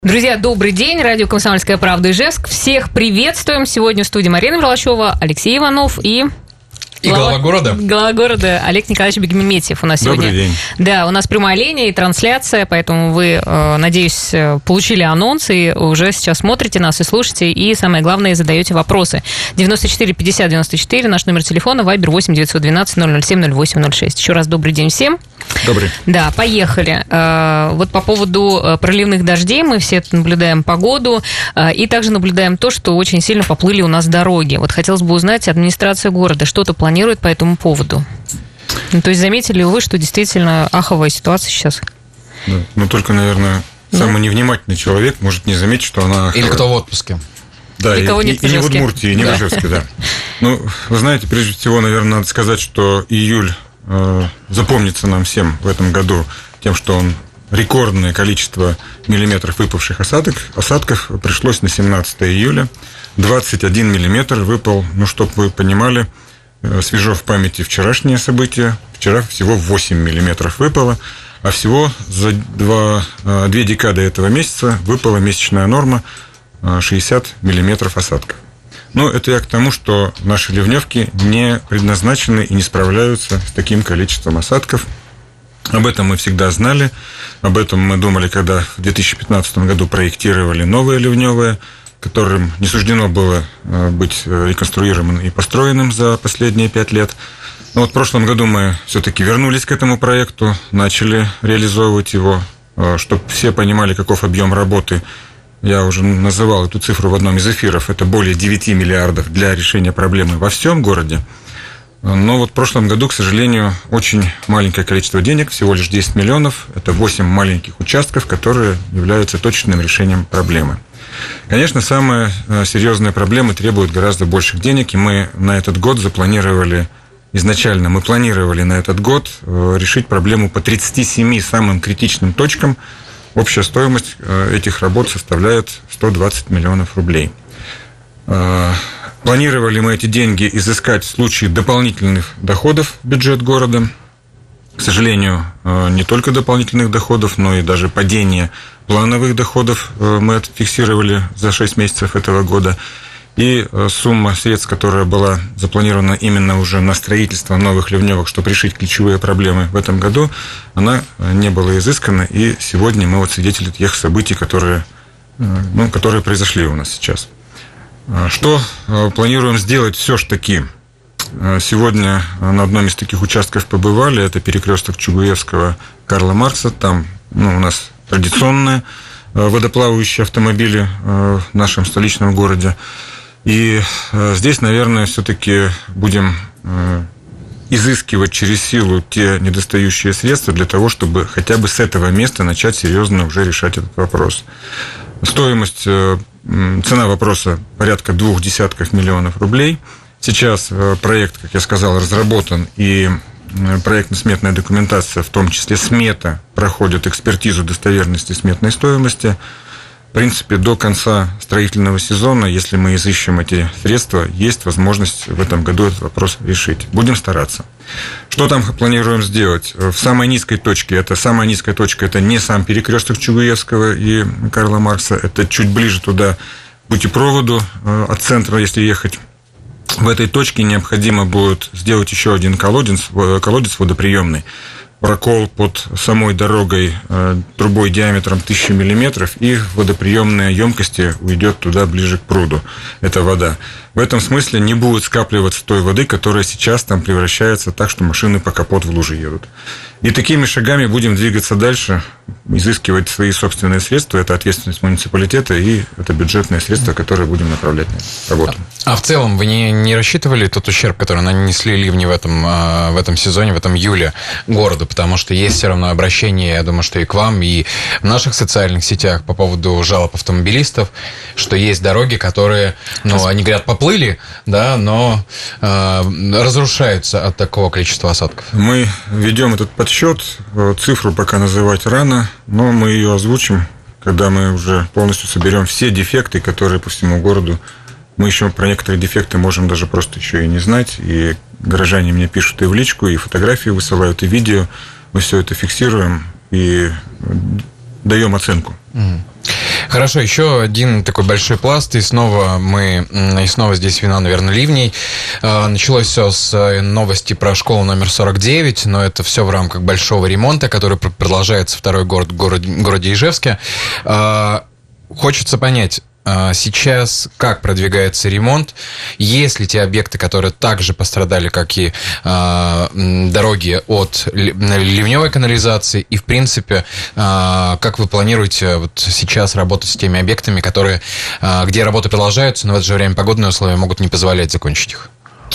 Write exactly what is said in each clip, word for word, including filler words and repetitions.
Друзья, добрый день. Радио «Комсомольская правда» Ижевск. Всех приветствуем. Сегодня в студии Марина Верлачева, Алексей Иванов и... И глава, глава города. Глава города Олег Николаевич Бегмеметьев у нас Добрый сегодня. День. Да, у нас прямая линия и трансляция, поэтому вы, надеюсь, получили анонс и уже сейчас смотрите нас и слушаете, и самое главное, задаете вопросы. девяносто четыре пятьдесят девяносто четыре, наш номер телефона, вайбер восемь девятьсот двенадцать ноль ноль семь ноль восемь ноль шесть. Еще раз добрый день всем. Добрый. Да, поехали. Вот по поводу проливных дождей мы все наблюдаем погоду и также наблюдаем то, что очень сильно поплыли у нас дороги. Вот хотелось бы узнать, администрация города что-то планирует по этому поводу? Ну, то есть заметили ли вы, что действительно аховая ситуация сейчас? Ну, ну только, наверное, самый ну? невнимательный человек может не заметить, что она аховая. Или кто в отпуске. Да, и, и, и не в Удмуртии, и не да. в Ижевске, да. Ну, вы знаете, прежде всего, наверное, надо сказать, что июль э, запомнится нам всем в этом году тем, что он рекордное количество миллиметров выпавших осадок, осадков пришлось на семнадцатое июля. двадцать один миллиметр выпал, ну, чтобы вы понимали, свежо в памяти вчерашнее событие. Вчера всего восемь миллиметров выпало, а всего за два, две декады этого месяца выпала месячная норма шестьдесят миллиметров осадков. Но это я к тому, что наши ливневки не предназначены и не справляются с таким количеством осадков. Об этом мы всегда знали, об этом мы думали, когда в две тысячи пятнадцатом году проектировали новые ливневые, которым не суждено было быть реконструированным и построенным за последние пять лет. Но вот в прошлом году мы все-таки вернулись к этому проекту, начали реализовывать его, чтобы все понимали, каков объем работы. Я уже называл эту цифру в одном из эфиров. Это более девять миллиардов для решения проблемы во всем городе. Но вот в прошлом году, к сожалению, очень маленькое количество денег, всего лишь десять миллионов. Это восемь маленьких участков, которые являются точным решением проблемы. Конечно, самые серьезные проблемы требуют гораздо больших денег, и мы на этот год запланировали, изначально мы планировали на этот год решить проблему по тридцати семи самым критичным точкам. Общая стоимость этих работ составляет сто двадцать миллионов рублей. Планировали мы эти деньги изыскать в случае дополнительных доходов в бюджет города. К сожалению, не только дополнительных доходов, но и даже падение плановых доходов мы отфиксировали за шесть месяцев этого года. И сумма средств, которая была запланирована именно уже на строительство новых ливневок, чтобы решить ключевые проблемы в этом году, она не была изыскана. И сегодня мы вот свидетели тех событий, которые, ну, которые произошли у нас сейчас. Что планируем сделать все-таки? Сегодня на одном из таких участков побывали, это перекресток Чугуевского, Карла Маркса. Там ну, у нас традиционные водоплавающие автомобили в нашем столичном городе. И здесь, наверное, все-таки будем изыскивать через силу те недостающие средства для того, чтобы хотя бы с этого места начать серьезно уже решать этот вопрос. Стоимость, цена вопроса порядка двух десятков миллионов рублей. Сейчас проект, как я сказал, разработан, и проектно-сметная документация, в том числе смета, проходит экспертизу достоверности сметной стоимости. В принципе, до конца строительного сезона, если мы изыщем эти средства, есть возможность в этом году этот вопрос решить. Будем стараться. Что там планируем сделать? В самой низкой точке, это самая низкая точка, это не сам перекресток Чугуевского и Карла Маркса, это чуть ближе туда, к путепроводу от центра, если ехать. В этой точке необходимо будет сделать еще один колодец, колодец водоприемный, прокол под самой дорогой трубой диаметром тысячу миллиметров, и водоприемные емкости уйдет туда ближе к пруду, эта вода. В этом смысле не будет скапливаться той воды, которая сейчас там превращается так, что машины по капот в лужи едут. И такими шагами будем двигаться дальше, изыскивать свои собственные средства. Это ответственность муниципалитета, и это бюджетные средства, которые будем направлять на работу. А в целом вы не, не рассчитывали тот ущерб, который нанесли ливни в этом, в этом сезоне, в этом июле городу? Потому что есть все равно обращение, я думаю, что и к вам, и в наших социальных сетях по поводу жалоб автомобилистов, что есть дороги, которые, ну, они говорят, поплыли, да, но э, разрушаются от такого количества осадков. Мы ведем этот подсчет. Цифру пока называть рано, но мы ее озвучим, когда мы уже полностью соберем все дефекты, которые по всему городу. Мы еще про некоторые дефекты можем даже просто еще и не знать. И горожане мне пишут и в личку, и фотографии высылают, и видео. Мы все это фиксируем и даем оценку. Хорошо, еще один такой большой пласт, и снова мы, и снова здесь вина, наверное, ливней. Началось все с новости про школу номер сорок девять, но это все в рамках большого ремонта, который продолжается второй год в городе, городе Ижевске. Хочется понять, сейчас как продвигается ремонт, есть ли те объекты, которые также пострадали, как и э, дороги от ливневой канализации, и в принципе, э, как вы планируете вот сейчас работать с теми объектами, которые, э, где работы продолжаются, но в это же время погодные условия могут не позволять закончить их?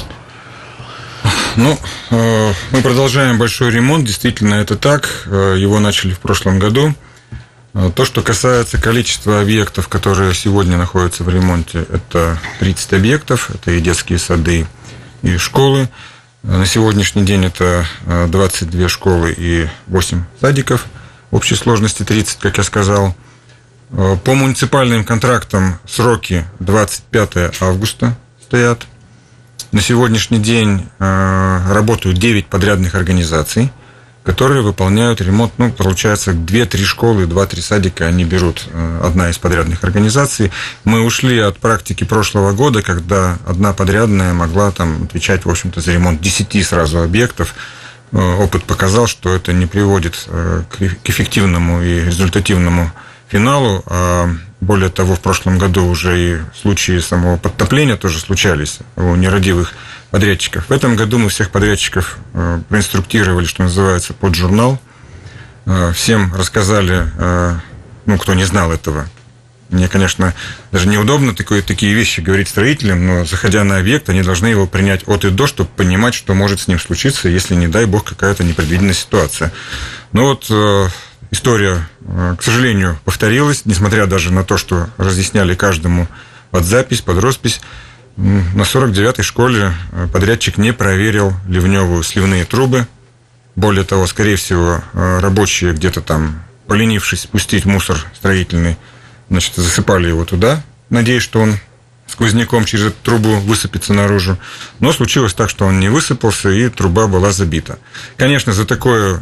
Ну, э, мы продолжаем большой ремонт, действительно это так, его начали в прошлом году. То, что касается количества объектов, которые сегодня находятся в ремонте, это тридцать объектов, это и детские сады, и школы. На сегодняшний день это двадцать две школы и восемь садиков, общей сложности тридцать, как я сказал. По муниципальным контрактам сроки двадцать пятое августа стоят. На сегодняшний день работают девять подрядных организаций, которые выполняют ремонт, ну, получается, две-три школы, два-три садика они берут, одна из подрядных организаций. Мы ушли от практики прошлого года, когда одна подрядная могла там отвечать, в общем-то, за ремонт десяти сразу объектов. Опыт показал, что это не приводит к эффективному и результативному финалу. А более того, в прошлом году уже и случаи самого подтопления тоже случались у нерадивых подрядчиков. В этом году мы всех подрядчиков проинструктировали, что называется, под журнал. Всем рассказали, ну, кто не знал этого. Мне, конечно, даже неудобно такое, такие вещи говорить строителям, но, заходя на объект, они должны его принять от и до, чтобы понимать, что может с ним случиться, если, не дай бог, какая-то непредвиденная ситуация. Но вот история, к сожалению, повторилась, несмотря даже на то, что разъясняли каждому под запись, под роспись. На сорок девятой школе подрядчик не проверил ливневые сливные трубы. Более того, скорее всего, рабочие где-то там, поленившись спустить мусор строительный, значит, засыпали его туда, надеясь, что он сквозняком через эту трубу высыпется наружу. Но случилось так, что он не высыпался, и труба была забита. Конечно, за такое...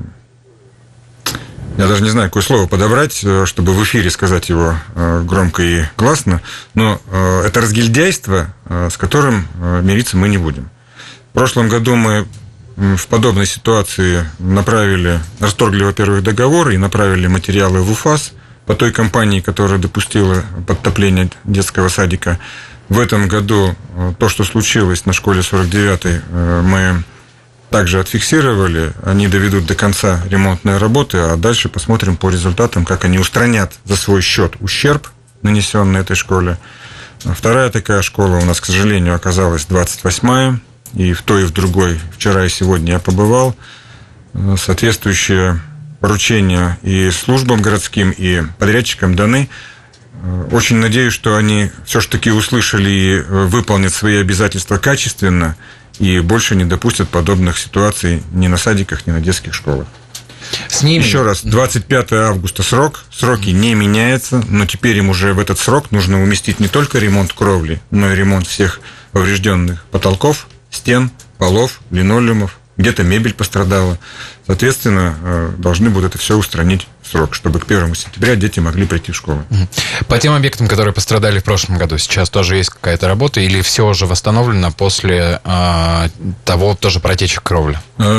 Я даже не знаю, какое слово подобрать, чтобы в эфире сказать его громко и гласно, но это разгильдяйство, с которым мириться мы не будем. В прошлом году мы в подобной ситуации направили, расторгли, во-первых, договор и направили материалы в УФАС по той компании, которая допустила подтопление детского садика. В этом году то, что случилось на школе сорок девятой, мы... также отфиксировали, они доведут до конца ремонтные работы, а дальше посмотрим по результатам, как они устранят за свой счет ущерб, нанесенный этой школе. Вторая такая школа у нас, к сожалению, оказалась двадцать восьмая, и в той, и в другой вчера и сегодня я побывал. Соответствующие поручения и службам городским, и подрядчикам даны. Очень надеюсь, что они все-таки услышали и выполнят свои обязательства качественно, и больше не допустят подобных ситуаций ни на садиках, ни на детских школах. С ними... Еще раз, двадцать пятое августа срок, сроки не меняются, но теперь им уже в этот срок нужно уместить не только ремонт кровли, но и ремонт всех поврежденных потолков, стен, полов, линолеумов, где-то мебель пострадала. Соответственно, должны будут это все устранить в срок, чтобы к первому сентября дети могли прийти в школу. По тем объектам, которые пострадали в прошлом году, сейчас тоже есть какая-то работа или все уже восстановлено после э, того тоже протечек кровли?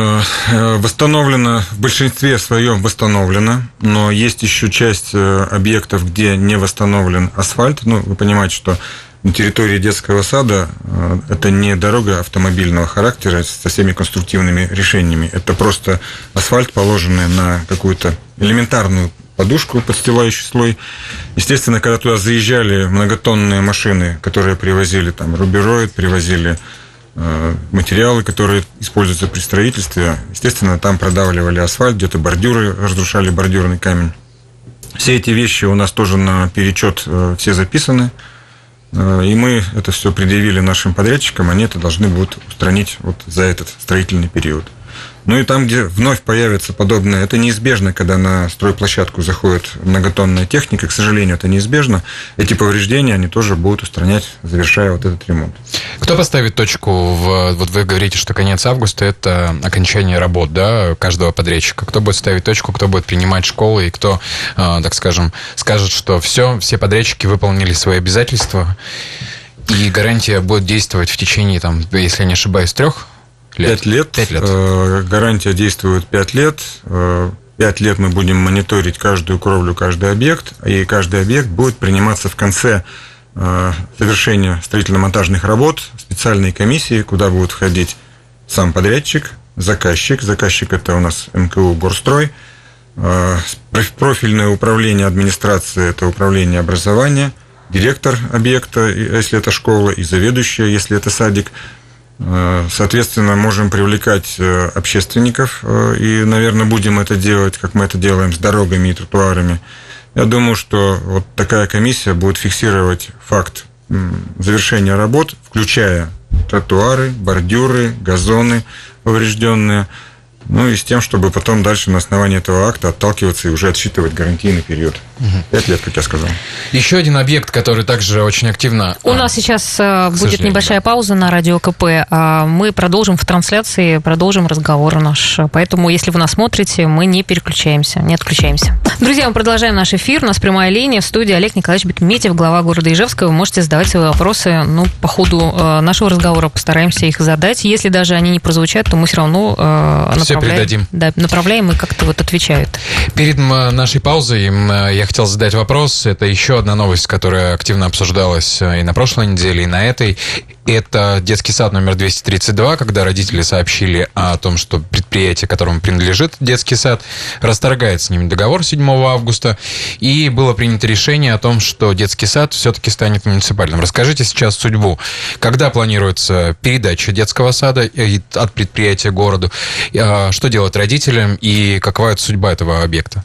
Восстановлено, в большинстве своем восстановлено, но есть еще часть объектов, где не восстановлен асфальт. Ну, вы понимаете, что на территории детского сада это не дорога автомобильного характера со всеми конструктивными решениями. Это просто асфальт, положенный на какую-то элементарную подушку, подстилающий слой. Естественно, когда туда заезжали многотонные машины, которые привозили там рубероид, привозили э, материалы, которые используются при строительстве, естественно, там продавливали асфальт, где-то бордюры, разрушали бордюрный камень. Все эти вещи у нас тоже на перечет э, все записаны. И мы это все предъявили нашим подрядчикам, они это должны будут устранить вот за этот строительный период. Ну и там, где вновь появится подобное, это неизбежно, когда на стройплощадку заходит многотонная техника, к сожалению, это неизбежно. Эти повреждения они тоже будут устранять, завершая вот этот ремонт. Кто поставит точку в... Вот вы говорите, что конец августа – это окончание работ, да, каждого подрядчика. Кто будет ставить точку, кто будет принимать школы, и кто, так скажем, скажет, что все, все подрядчики выполнили свои обязательства, и гарантия будет действовать в течение, там, если я не ошибаюсь, трех лет? Пять лет. Пять лет. Гарантия действует пять лет. Пять лет мы будем мониторить каждую кровлю, каждый объект, и каждый объект будет приниматься в конце завершения строительно-монтажных работ специальной комиссии, куда будут входить сам подрядчик, заказчик. Заказчик – это у нас эм ка у «Горстрой». Профильное управление администрации – это управление образования, директор объекта, если это школа, и заведующая, если это садик. Соответственно, можем привлекать общественников, и, наверное, будем это делать, как мы это делаем с дорогами и тротуарами. Я думаю, что вот такая комиссия будет фиксировать факт завершения работ, включая тротуары, бордюры, газоны поврежденные, ну и с тем, чтобы потом дальше на основании этого акта отталкиваться и уже отсчитывать гарантийный период. Пять лет, как я сказал. Еще один объект, который также очень активно... У а, нас сейчас будет небольшая да. пауза на Радио КП. Мы продолжим в трансляции, продолжим разговор наш. Поэтому, если вы нас смотрите, мы не переключаемся, не отключаемся. Друзья, мы продолжаем наш эфир. У нас прямая линия в студии Олег Николаевич Бекметьев, глава города Ижевска. Вы можете задавать свои вопросы. Ну, по ходу нашего разговора постараемся их задать. Если даже они не прозвучат, то мы все равно направляем, передадим. Да, направляем и как-то вот отвечают. Перед нашей паузой я хотел задать вопрос. Это еще одна новость, которая активно обсуждалась и на прошлой неделе, и на этой. Это детский сад номер двести тридцать два, когда родители сообщили о том, что предприятие, которому принадлежит детский сад, расторгает с ними договор седьмого августа, и было принято решение о том, что детский сад все-таки станет муниципальным. Расскажите сейчас судьбу. Когда планируется передача детского сада от предприятия городу? Что делать родителям и какова судьба этого объекта?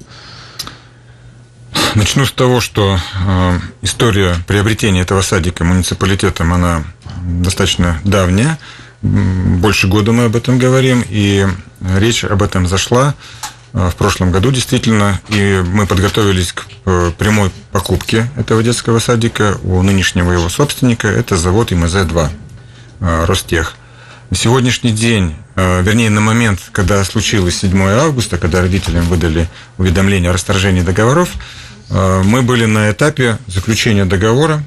Начну с того, что э, история приобретения этого садика муниципалитетом, она достаточно давняя. Больше года мы об этом говорим, и речь об этом зашла э, в прошлом году действительно, и мы подготовились к э, прямой покупке этого детского садика у нынешнего его собственника, это завод эм зэ два, э, Ростех. На сегодняшний день, э, вернее, на момент, когда случилось седьмого августа, когда родителям выдали уведомление о расторжении договоров, мы были на этапе заключения договора,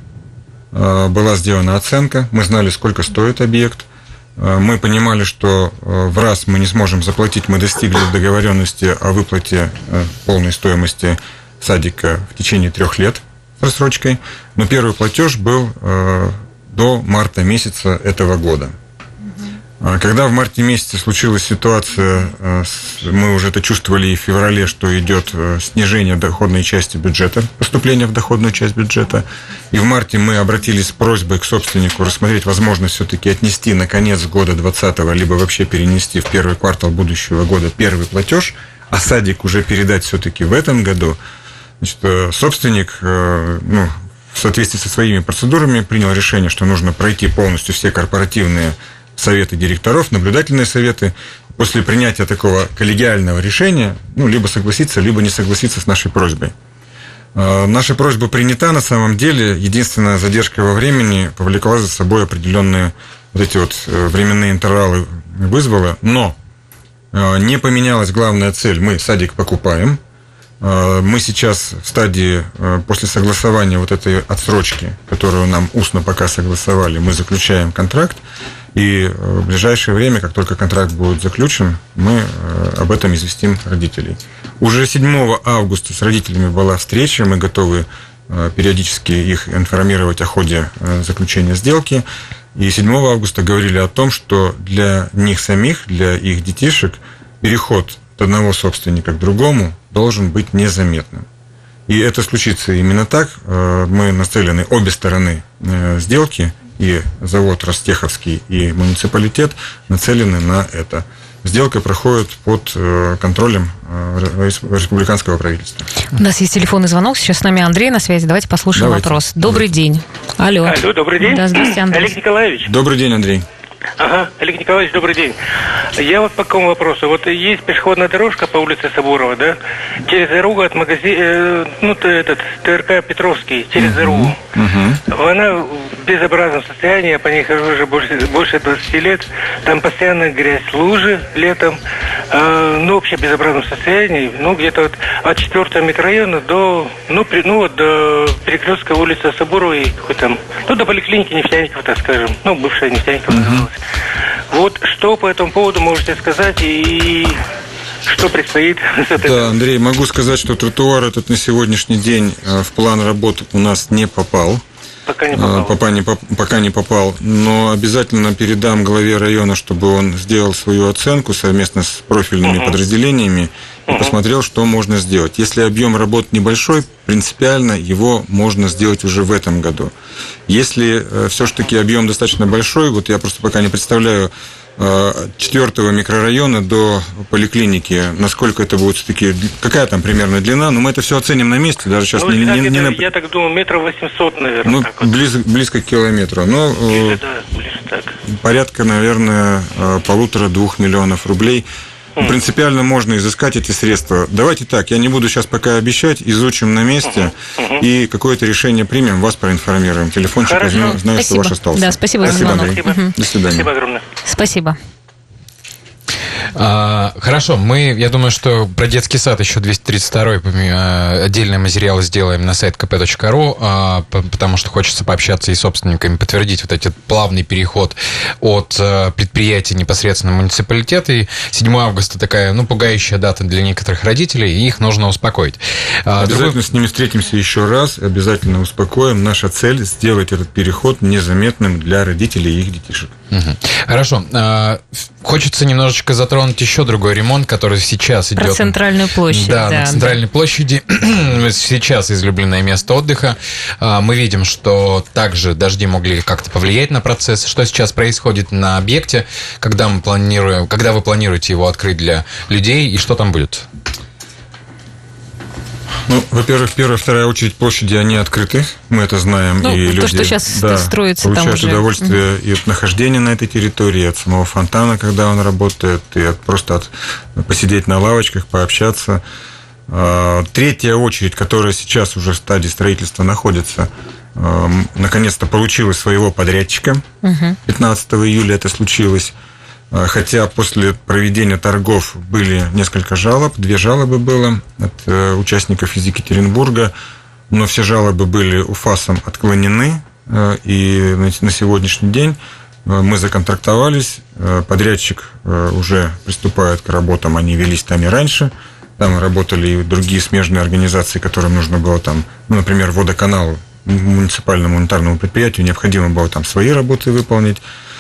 была сделана оценка, мы знали, сколько стоит объект, мы понимали, что в раз мы не сможем заплатить, мы достигли договоренности о выплате полной стоимости садика в течение трех лет с рассрочкой, но первый платеж был до марта месяца этого года. Когда в марте месяце случилась ситуация, мы уже это чувствовали и в феврале, что идет снижение доходной части бюджета, поступление в доходную часть бюджета. И в марте мы обратились с просьбой к собственнику рассмотреть возможность все-таки отнести на конец года двадцатого, либо вообще перенести в первый квартал будущего года первый платеж, а садик уже передать все-таки в этом году. Значит, собственник, ну, в соответствии со своими процедурами принял решение, что нужно пройти полностью все корпоративные советы директоров, наблюдательные советы. После принятия такого коллегиального решения, ну, либо согласиться, либо не согласиться с нашей просьбой. Наша просьба принята на самом деле. Единственная задержка во времени повлекла за собой определенные вот эти вот временные интервалы вызвала. Но не поменялась главная цель. Мы садик покупаем. Мы сейчас в стадии, после согласования вот этой отсрочки, которую нам устно пока согласовали, мы заключаем контракт. И в ближайшее время, как только контракт будет заключен, мы об этом известим родителей. Уже седьмого августа с родителями была встреча, мы готовы периодически их информировать о ходе заключения сделки. И седьмого августа говорили о том, что для них самих, для их детишек, переход от одного собственника к другому должен быть незаметным. И это случится именно так. Мы нацелены, обе стороны сделки, и завод Ростеховский, и муниципалитет нацелены на это. Сделка проходит под контролем республиканского правительства. У нас есть телефонный звонок. Сейчас с нами Андрей на связи. Давайте послушаем Давайте. вопрос. Добрый Давайте. день. Алло. Алло, добрый день. Да, здравствуйте, Андрей. Олег Николаевич. Добрый день, Андрей. Ага, Олег Николаевич, добрый день. Я вот по какому вопросу. Вот есть пешеходная дорожка по улице Сабурова, да? Через дорогу от магазина, э, ну, то этот, ТРК Петровский, через дорогу. Uh-huh. Она в безобразном состоянии, я по ней хожу уже больше, больше двадцати лет. Там постоянно грязь, лужи летом. Э, ну, вообще в безобразном состоянии. Ну, где-то вот от четвёртого микрорайона до, ну, при, ну, вот до перекрестка улицы Сабуровой, какой там, ну, до поликлиники Нефтяников, так скажем. Ну, бывшая Нефтяников называлась. Uh-huh. Вот что по этому поводу можете сказать и что предстоит с этой... Да, Андрей, могу сказать, что тротуар этот на сегодняшний день в план работ у нас не попал. Пока не попал. Пока не, пока не попал, но обязательно передам главе района, чтобы он сделал свою оценку совместно с профильными uh-huh. подразделениями и uh-huh. посмотрел, что можно сделать. Если объем работ небольшой, принципиально его можно сделать уже в этом году. Если э, все-таки объем достаточно большой, вот я просто пока не представляю э, четвертого микрорайона до поликлиники, насколько это будет все-таки, какая там примерно длина, но мы это все оценим на месте, даже сейчас ну, не, не, не на... на... Я так думаю, метров восемьсот, наверное. Ну, вот. близ, близко к километру. Но, ближе, э, да, ближе так. Порядка, наверное, полутора-двух миллионов рублей. Принципиально можно изыскать эти средства. Давайте так, я не буду сейчас пока обещать, изучим на месте uh-huh. Uh-huh. и какое-то решение примем, вас проинформируем. Телефончик возьму, знаю, что ваш остался. Да, спасибо, спасибо, за Андрей. Спасибо. Угу. До свидания. Спасибо огромное. Спасибо. А, хорошо, мы, я думаю, что про детский сад еще двести тридцать второй отдельные материалы сделаем на сайт ка пэ точка ру, а, потому что хочется пообщаться и с собственниками, подтвердить вот этот плавный переход от а, предприятия непосредственно муниципалитета. И седьмого августа такая, ну, пугающая дата для некоторых родителей, и их нужно успокоить. А, обязательно другой... с ними встретимся еще раз, обязательно успокоим. Наша цель – сделать этот переход незаметным для родителей и их детишек. Угу. Хорошо. А, хочется немножечко затронуть еще другой ремонт, который сейчас идет. Про центральную площадь. Да, да, на центральной да. площади. Сейчас излюбленное место отдыха. Мы видим, что также дожди могли как-то повлиять на процесс. Что сейчас происходит на объекте, когда мы планируем, когда вы планируете его открыть для людей, и что там будет? Ну, во-первых, первая, вторая очередь площади, они открыты, мы это знаем. Ну, и то, люди, что сейчас да, строится там получают уже. удовольствие mm-hmm. и от нахождения на этой территории, и от самого фонтана, когда он работает, и от, просто от посидеть на лавочках, пообщаться. Третья очередь, которая сейчас уже в стадии строительства находится, наконец-то получила своего подрядчика. Mm-hmm. пятнадцатого июля это случилось. Хотя после проведения торгов были несколько жалоб, две жалобы было от э, участников из Екатеринбурга, но все жалобы были УФАСом отклонены, э, и на, на сегодняшний день э, мы законтрактовались, э, подрядчик э, уже приступает к работам, они велись там и раньше, там работали и другие смежные организации, которым нужно было там, ну, например, водоканалу, муниципальному унитарному предприятию, необходимо было там свои работы выполнить.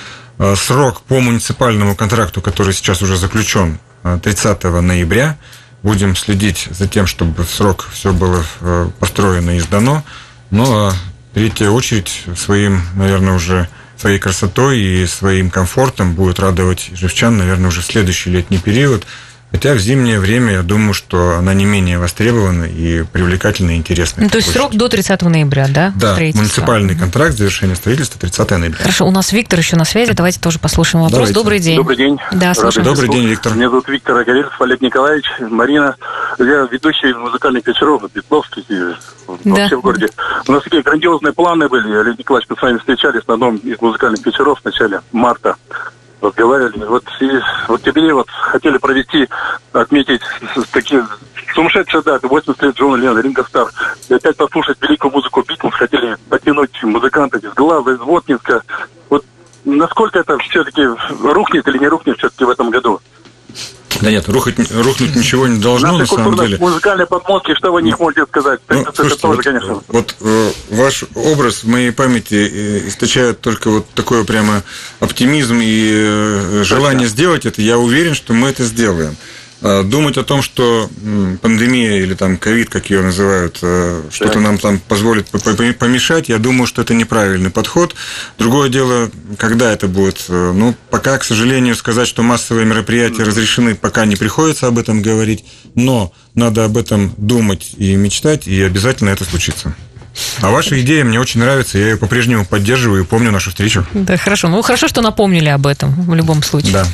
Срок по муниципальному контракту, который сейчас уже заключен, тридцатого ноября. Будем следить за тем, чтобы в срок все было построено и сдано. Ну, а третья очередь своим, наверное, уже своей красотой и своим комфортом будет радовать ижевчан, наверное, уже в следующий летний период. Хотя в зимнее время, я думаю, что она не менее востребована и привлекательна и интересна. Ну, то есть срок до тридцатого ноября, да? Да, муниципальный контракт, завершение строительства тридцатого ноября. Хорошо, у нас Виктор еще на связи, давайте тоже послушаем вопрос. Давайте. Добрый день. Добрый день. Да, слушаем. Добрый день, Виктор. Меня зовут Виктор Агарельцев, Олег Николаевич, Марина. Я ведущий музыкальных вечеров в Бетловске, да. вообще в городе. У нас такие грандиозные планы были. Олег Николаевич, мы с вами встречались на одном из музыкальных вечеров в начале марта. Разговаривали. Вот, и, вот тебе вот хотели провести, отметить такие сумасшедшие даты. восемьдесят лет Джона Леннона, Ринго Стар. И опять послушать великую музыку Битлз. Хотели подтянуть музыкантов из Глаза, из Воткинска. Вот насколько это все-таки рухнет или не рухнет все-таки в этом году? Да нет, рухнуть, рухнуть ничего не должно, Наши на самом деле. Музыкальные подмотки, что вы о них можете сказать? Ну, это, слушайте, это тоже, вот, конечно. Вот э, ваш образ в моей памяти источает только вот такой прямо оптимизм и э, желание Точно. сделать это. Я уверен, что мы это сделаем. Думать о том, что пандемия или там ковид, как ее называют, что-то да. нам там позволит помешать, я думаю, что это неправильный подход. Другое дело, когда это будет. Ну, пока, к сожалению, сказать, что массовые мероприятия разрешены, пока не приходится об этом говорить, но надо об этом думать и мечтать, и обязательно это случится. А ваша идея мне очень нравится, я ее по-прежнему поддерживаю и помню нашу встречу. Да, хорошо. Ну, хорошо, что напомнили об этом в любом случае. Да.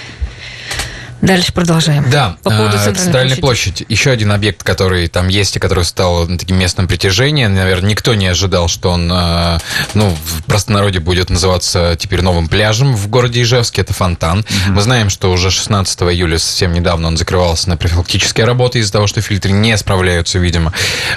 Дальше продолжаем. Да, по поводу Центральной, Центральной площади. площади. Еще один объект, который там есть и который стал таким местом притяжения. Наверное, никто не ожидал, что он, ну, в простонародье будет называться теперь новым пляжем в городе Ижевске. Это фонтан. Mm-hmm. Мы знаем, что уже шестнадцатого июля, совсем недавно, он закрывался на профилактические работы из-за того, что фильтры не справляются, видимо.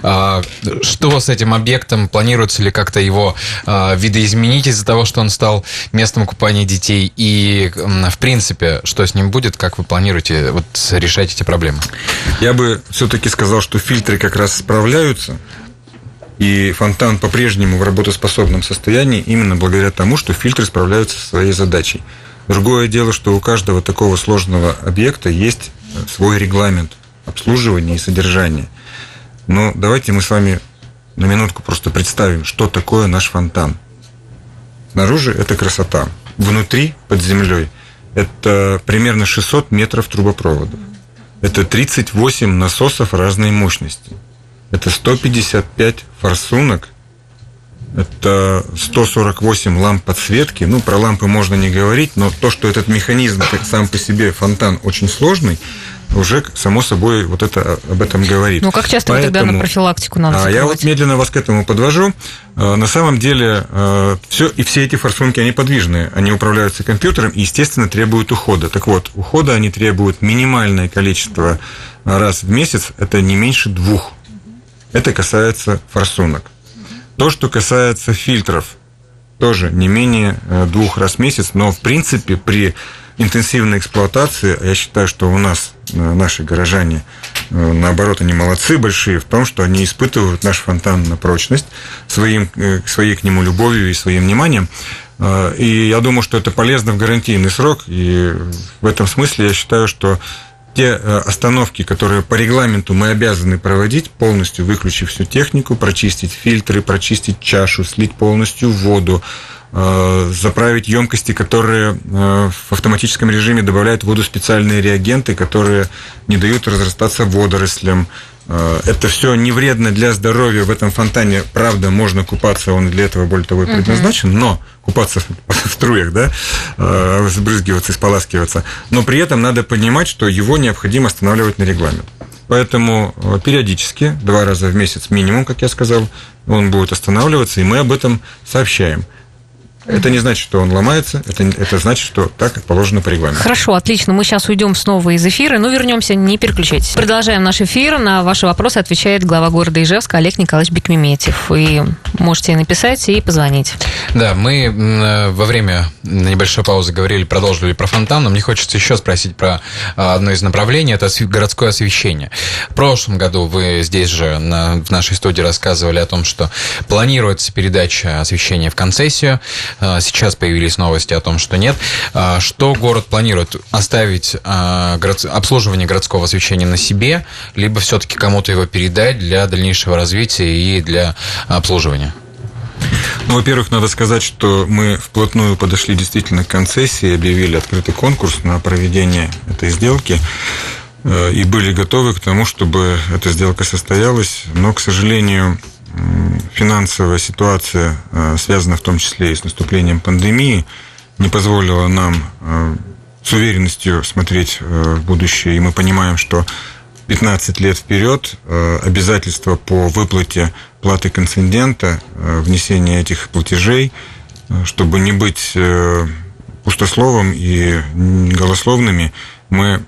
Что с этим объектом? Планируется ли как-то его видоизменить из-за того, что он стал местом купания детей? И, в принципе, что с ним будет? Как вы планируете вот решать эти проблемы? Я бы все-таки сказал, что фильтры как раз справляются, и фонтан по-прежнему в работоспособном состоянии именно благодаря тому, что фильтры справляются со своей задачей. Другое дело, что у каждого такого сложного объекта есть свой регламент обслуживания и содержания. Но давайте мы с вами на минутку просто представим, что такое наш фонтан. Снаружи это красота, внутри, под землей, это примерно шестьсот метров трубопроводов. Это тридцать восемь насосов разной мощности. Это сто пятьдесят пять форсунок. Это сто сорок восемь ламп подсветки. Ну, про лампы можно не говорить, но то, что этот механизм сам по себе, фонтан, очень сложный, уже, само собой, вот это, об этом говорит. Ну, как часто Поэтому, вы тогда на профилактику надо закрывать? А я вот медленно вас к этому подвожу. На самом деле, все, и все эти форсунки, они подвижные. Они управляются компьютером и, естественно, требуют ухода. Так вот, ухода они требуют минимальное количество раз в месяц. Это не меньше двух. Это касается форсунок. То, что касается фильтров, тоже не менее двух раз в месяц. Но, в принципе, при интенсивной эксплуатации, я считаю, что у нас наши горожане, наоборот, они молодцы большие в том, что они испытывают наш фонтан на прочность, своим, своей к нему любовью и своим вниманием. И я думаю, что это полезно в гарантийный срок. И в этом смысле я считаю, что те остановки, которые по регламенту мы обязаны проводить, полностью выключив всю технику, прочистить фильтры, прочистить чашу, слить полностью воду, заправить емкости, которые в автоматическом режиме добавляют в воду специальные реагенты, которые не дают разрастаться водорослям. Это все не вредно для здоровья. В этом фонтане, правда, можно купаться, он для этого, более того, и предназначен, но купаться в струях, да, сбрызгиваться и споласкиваться. Но при этом надо понимать, что его необходимо останавливать на регламент. Поэтому периодически, два раза в месяц минимум, как я сказал, он будет останавливаться, и мы об этом сообщаем. Это не значит, что он ломается, это, это значит, что так, как положено по регламенту. Хорошо, отлично. Мы сейчас уйдем снова из эфира, но вернемся, не переключайтесь. Продолжаем наш эфир. На ваши вопросы отвечает глава города Ижевска Олег Николаевич Бекмеметьев. Вы можете написать и позвонить. Да, мы во время небольшой паузы говорили, продолжили про фонтан, но мне хочется еще спросить про одно из направлений, это городское освещение. В прошлом году вы здесь же на, в нашей студии рассказывали о том, что планируется передача освещения в концессию. Сейчас появились новости о том, что нет. Что город планирует? Оставить обслуживание городского освещения на себе, либо все-таки кому-то его передать для дальнейшего развития и для обслуживания? Ну, во-первых, надо сказать, что мы вплотную подошли действительно к концессии, объявили открытый конкурс на проведение этой сделки и были готовы к тому, чтобы эта сделка состоялась, но, к сожалению, финансовая ситуация, связанная в том числе и с наступлением пандемии, не позволила нам с уверенностью смотреть в будущее, и мы понимаем, что пятнадцать лет вперед обязательства по выплате платы концедента, внесение этих платежей, чтобы не быть пустословом и голословными, мы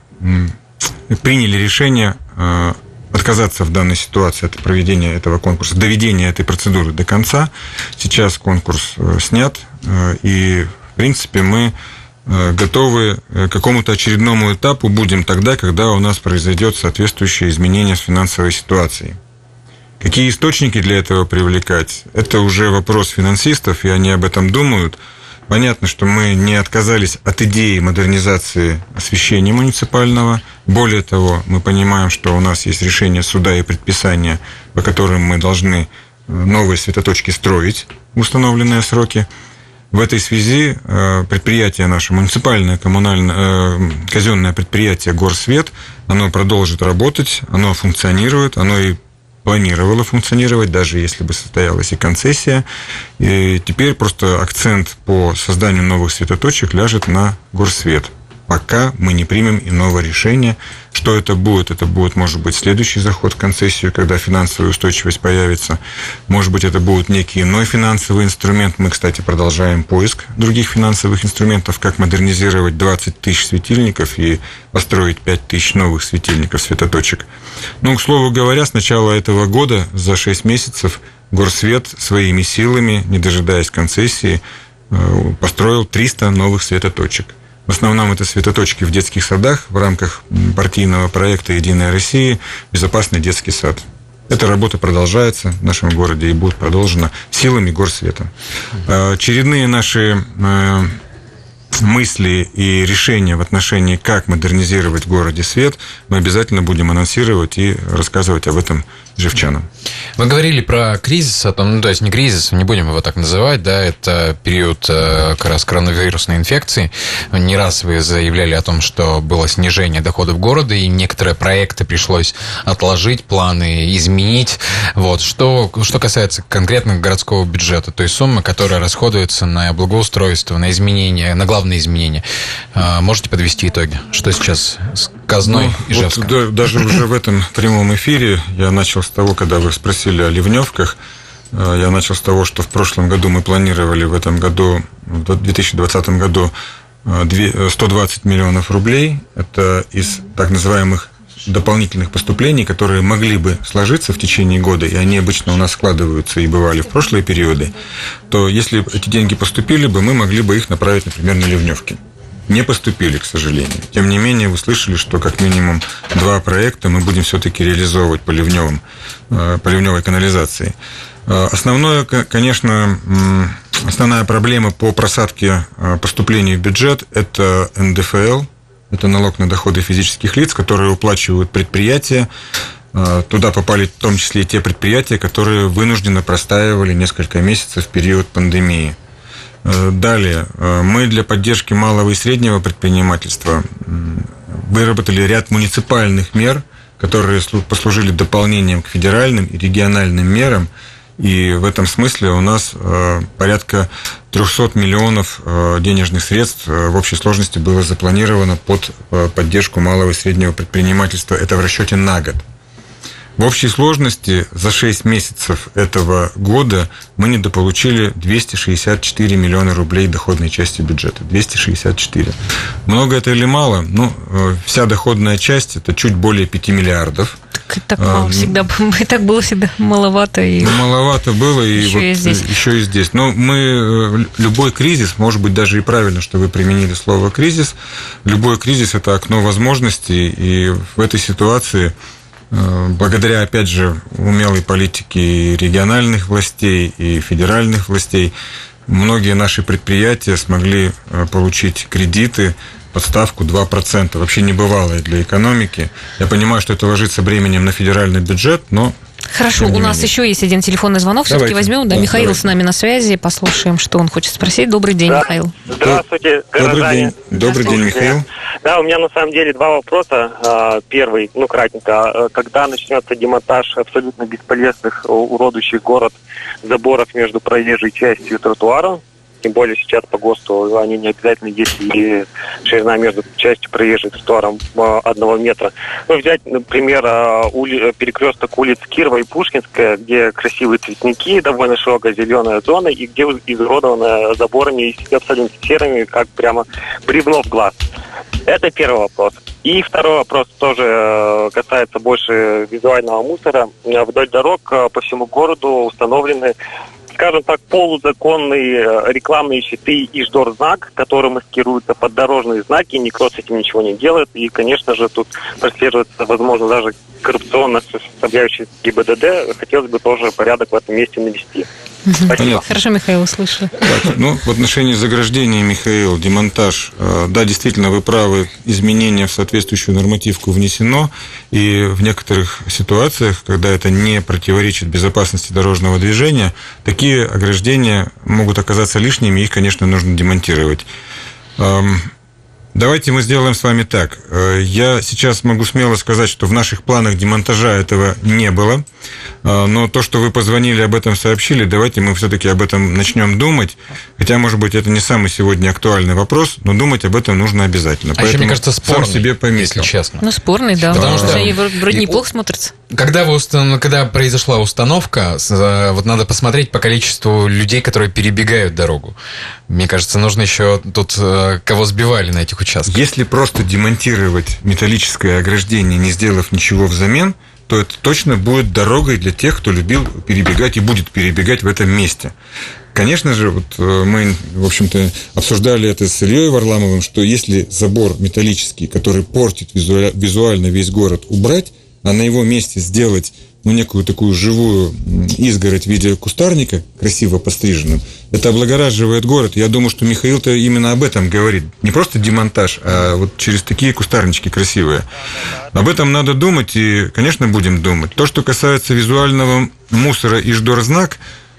приняли решение отказаться в данной ситуации от проведения этого конкурса, доведения этой процедуры до конца. Сейчас конкурс снят, и, в принципе, мы готовы к какому-то очередному этапу будем тогда, когда у нас произойдет соответствующее изменение с финансовой ситуацией. Какие источники для этого привлекать? Это уже вопрос финансистов, и они об этом думают. Понятно, что мы не отказались от идеи модернизации освещения муниципального. Более того, мы понимаем, что у нас есть решение суда и предписания, по которым мы должны новые светоточки строить в установленные сроки. В этой связи предприятие наше, муниципальное, коммунальное, казенное предприятие «Горсвет», оно продолжит работать, оно функционирует, оно и планировало функционировать, даже если бы состоялась и концессия. И теперь просто акцент по созданию новых светоточек ляжет на Горсвет. Пока мы не примем иного решения. Что это будет? Это будет, может быть, следующий заход в концессию, когда финансовая устойчивость появится. Может быть, это будет некий иной финансовый инструмент. Мы, кстати, продолжаем поиск других финансовых инструментов, как модернизировать двадцать тысяч светильников и построить пять тысяч новых светильников, светоточек. Ну, к слову говоря, с начала этого года за шесть месяцев Горсвет своими силами, не дожидаясь концессии, построил триста новых светоточек. В основном это светоточки в детских садах в рамках партийного проекта «Единая Россия. Безопасный детский сад». Эта работа продолжается в нашем городе и будет продолжена силами Горсвета. Очередные наши мысли и решения в отношении, как модернизировать в городе свет, мы обязательно будем анонсировать и рассказывать об этом живчанам. Вы говорили про кризис, о том, ну, то есть не кризис, не будем его так называть, да, это период как раз коронавирусной инфекции. Не раз вы заявляли о том, что было снижение доходов города, и некоторые проекты пришлось отложить, планы изменить. Вот. Что, что касается конкретно городского бюджета, той суммы, которая расходуется на благоустройство, на изменения, на главные изменения, можете подвести итоги? Что сейчас с казной ну, Ижевска? Вот, даже уже в этом прямом эфире я начал с того, когда вы спросили о ливневках, я начал с того, что в прошлом году мы планировали, в этом году, в две тысячи двадцатом году, сто двадцать миллионов рублей. Это из так называемых дополнительных поступлений, которые могли бы сложиться в течение года, и они обычно у нас складываются и бывали в прошлые периоды, то если эти деньги поступили бы, мы могли бы их направить, например, на ливневки. Не поступили, к сожалению. Тем не менее, вы слышали, что как минимум два проекта мы будем все-таки реализовывать по ливневым, по ливневой канализации. Основное, конечно, основная проблема по просадке поступлений в бюджет – это эн дэ эф эл, это налог на доходы физических лиц, которые уплачивают предприятия. Туда попали в том числе и те предприятия, которые вынужденно простаивали несколько месяцев в период пандемии. Далее, мы для поддержки малого и среднего предпринимательства выработали ряд муниципальных мер, которые послужили дополнением к федеральным и региональным мерам. И в этом смысле у нас порядка триста миллионов денежных средств в общей сложности было запланировано под поддержку малого и среднего предпринимательства. Это в расчете на год. В общей сложности за шесть месяцев этого года мы недополучили двести шестьдесят четыре миллиона рублей доходной части бюджета. двести шестьдесят четыре. Много это или мало? Ну, вся доходная часть – это чуть более пяти миллиардов. Так, так мало всегда, и так было всегда маловато. И... Маловато было, и еще, вот, и здесь. еще и здесь. Но мы, любой кризис, может быть, даже и правильно, что вы применили слово «кризис», любой кризис – это окно возможностей, и в этой ситуации... Благодаря, опять же, умелой политике региональных властей и федеральных властей, многие наши предприятия смогли получить кредиты под ставку два процента. Вообще небывалое для экономики. Я понимаю, что это ложится бременем на федеральный бюджет, но... Хорошо, у нас еще есть один телефонный звонок, все-таки возьмем. Да, да, Михаил давайте. С нами на связи, послушаем, что он хочет спросить. Добрый день, да. Михаил. Здравствуйте, Добрый горожане. день, Добрый день, Михаил. Да, у меня на самом деле два вопроса. Первый, ну, кратенько. Когда начнется демонтаж абсолютно бесполезных, уродующих город заборов между проезжей частью и тротуаром? Тем более сейчас по ГОСТу они не обязательно, если и ширина между частью проезжей и тротуаром одного метра. Ну, взять, например, ули... перекресток улиц Кирова и Пушкинская, где красивые цветники, довольно широкая зеленая зона, и где изуродована заборами и абсолютно серыми, как прямо бревно в глаз. Это первый вопрос. И второй вопрос тоже касается больше визуального мусора. Вдоль дорог по всему городу установлены, скажем так, полузаконные рекламные щиты и ждор-знак, которые маскируются под дорожные знаки, никто с этим ничего не делает. И, конечно же, тут прослеживается, возможно, даже коррупционная составляющая ГИБДД. Хотелось бы тоже порядок в этом месте навести. Спасибо. Хорошо, Михаил, услышали. Так, ну, в отношении заграждения, Михаил, демонтаж, да, действительно, вы правы, изменение в соответствующую нормативку внесено, и в некоторых ситуациях, когда это не противоречит безопасности дорожного движения, такие ограждения могут оказаться лишними, их, конечно, нужно демонтировать. Давайте мы сделаем с вами так. Я сейчас могу смело сказать, что в наших планах демонтажа этого не было. Но то, что вы позвонили, об этом сообщили, давайте мы все-таки об этом начнем думать. Хотя, может быть, это не самый сегодня актуальный вопрос, но думать об этом нужно обязательно. А еще, мне кажется, спорный, сам себе пометил. если честно. Ну, спорный, да. Потому что они вроде и... неплохо смотрятся. Когда, вы установ... Когда произошла установка, вот надо посмотреть по количеству людей, которые перебегают дорогу. Мне кажется, нужно еще тут кого сбивали на этих участках. Если просто демонтировать металлическое ограждение, не сделав ничего взамен, то это точно будет дорогой для тех, кто любил перебегать и будет перебегать в этом месте. Конечно же, вот мы, в общем-то, обсуждали это с Ильей Варламовым, что если забор металлический, который портит визуально весь город, убрать, а на его месте сделать ну, некую такую живую изгородь в виде кустарника, красиво постриженным, это облагораживает город. Я думаю, что Михаил-то именно об этом говорит. Не просто демонтаж, а вот через такие кустарнички красивые. Об этом надо думать, и, конечно, будем думать. То, что касается визуального мусора и ждорзнак,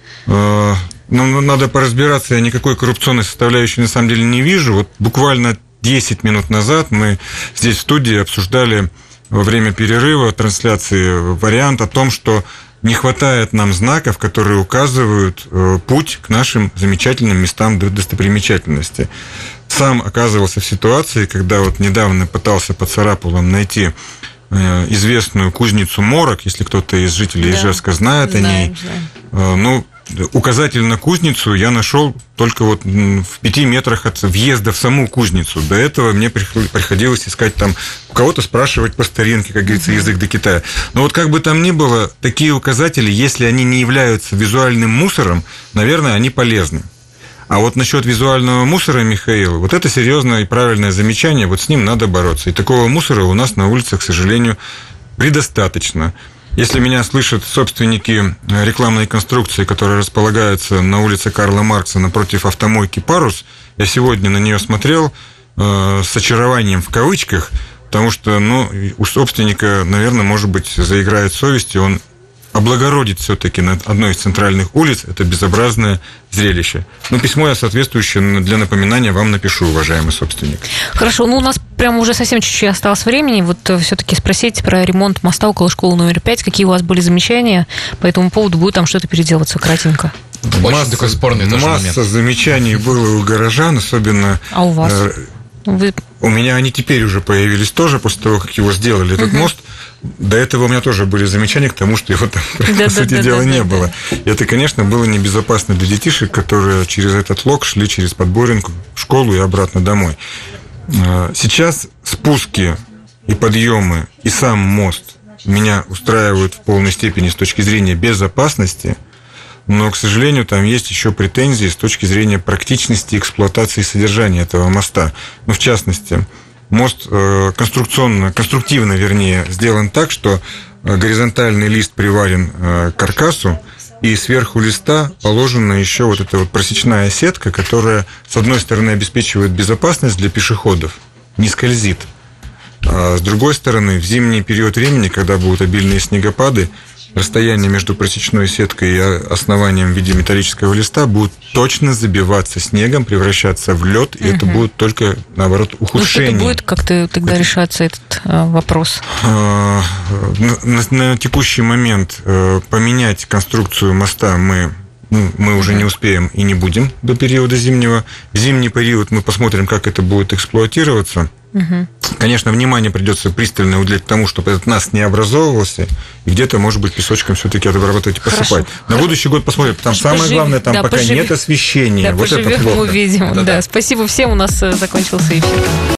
э, нам надо поразбираться, я никакой коррупционной составляющей на самом деле не вижу. Вот буквально десять минут назад мы здесь в студии обсуждали во время перерыва трансляции вариант о том, что не хватает нам знаков, которые указывают путь к нашим замечательным местам достопримечательности. Сам оказывался в ситуации, когда вот недавно пытался по царапулам найти известную кузницу Морок, если кто-то из жителей да. Ижевска знает знаем, о ней. Знаем. Ну, указатель на кузницу я нашел только вот в пяти метрах от въезда в саму кузницу. До этого мне приходилось искать там, у кого-то спрашивать по старинке, как говорится, язык до Китая. Но вот как бы там ни было, такие указатели, если они не являются визуальным мусором, наверное, они полезны. А вот насчет визуального мусора, Михаил, вот это серьезное и правильное замечание, вот с ним надо бороться. И такого мусора у нас на улицах, к сожалению, предостаточно. Если меня слышат собственники рекламной конструкции, которая располагается на улице Карла Маркса напротив автомойки «Парус», я сегодня на нее смотрел э, с очарованием в кавычках, потому что ну, у собственника, наверное, может быть, заиграет совесть, и он облагородит все-таки на одной из центральных улиц это безобразное зрелище. Ну, письмо я соответствующее для напоминания вам напишу, уважаемый собственник. Хорошо, ну у нас прямо уже совсем чуть-чуть осталось времени. Вот все-таки спросить про ремонт моста около школы номер пять. Какие у вас были замечания по этому поводу? Будет там что-то переделываться кратенько? Очень масса, такой спорный тоже масса момент. Замечаний было у горожан, особенно... А у вас? Вы... У меня они теперь уже появились тоже, после того, как его сделали, этот uh-huh. мост. До этого у меня тоже были замечания к тому, что его там, да, по сути да, дела, да, не да, было. Да. И это, конечно, было небезопасно для детишек, которые через этот лог шли через Подборенку в школу и обратно домой. Сейчас спуски и подъемы, и сам мост меня устраивают в полной степени с точки зрения безопасности, но, к сожалению, там есть еще претензии с точки зрения практичности эксплуатации и содержания этого моста. Ну, в частности, мост конструкционно, конструктивно, вернее, сделан так, что горизонтальный лист приварен к каркасу, и сверху листа положена еще вот эта вот просечная сетка, которая, с одной стороны, обеспечивает безопасность для пешеходов, не скользит. А с другой стороны, в зимний период времени, когда будут обильные снегопады, расстояние между просечной сеткой и основанием в виде металлического листа будет точно забиваться снегом, превращаться в лед, и угу. это будет только, наоборот, ухудшение. Ну, что-то будет как-то тогда решаться этот а, вопрос? На, на, на текущий момент а, поменять конструкцию моста мы, ну, мы уже не успеем и не будем до периода зимнего. В зимний период мы посмотрим, как это будет эксплуатироваться. Угу. Конечно, внимание придется пристально уделять тому, чтобы этот наст не образовывался, и где-то, может быть, песочком все-таки обрабатывать и посыпать. Хорошо. На будущий год посмотрим. Там поживем. Самое главное, там да, пока поживем. Нет освещения. Да, вот поживем, это плохо. Увидим. Да, да. Да. Спасибо всем. У нас закончился эфир.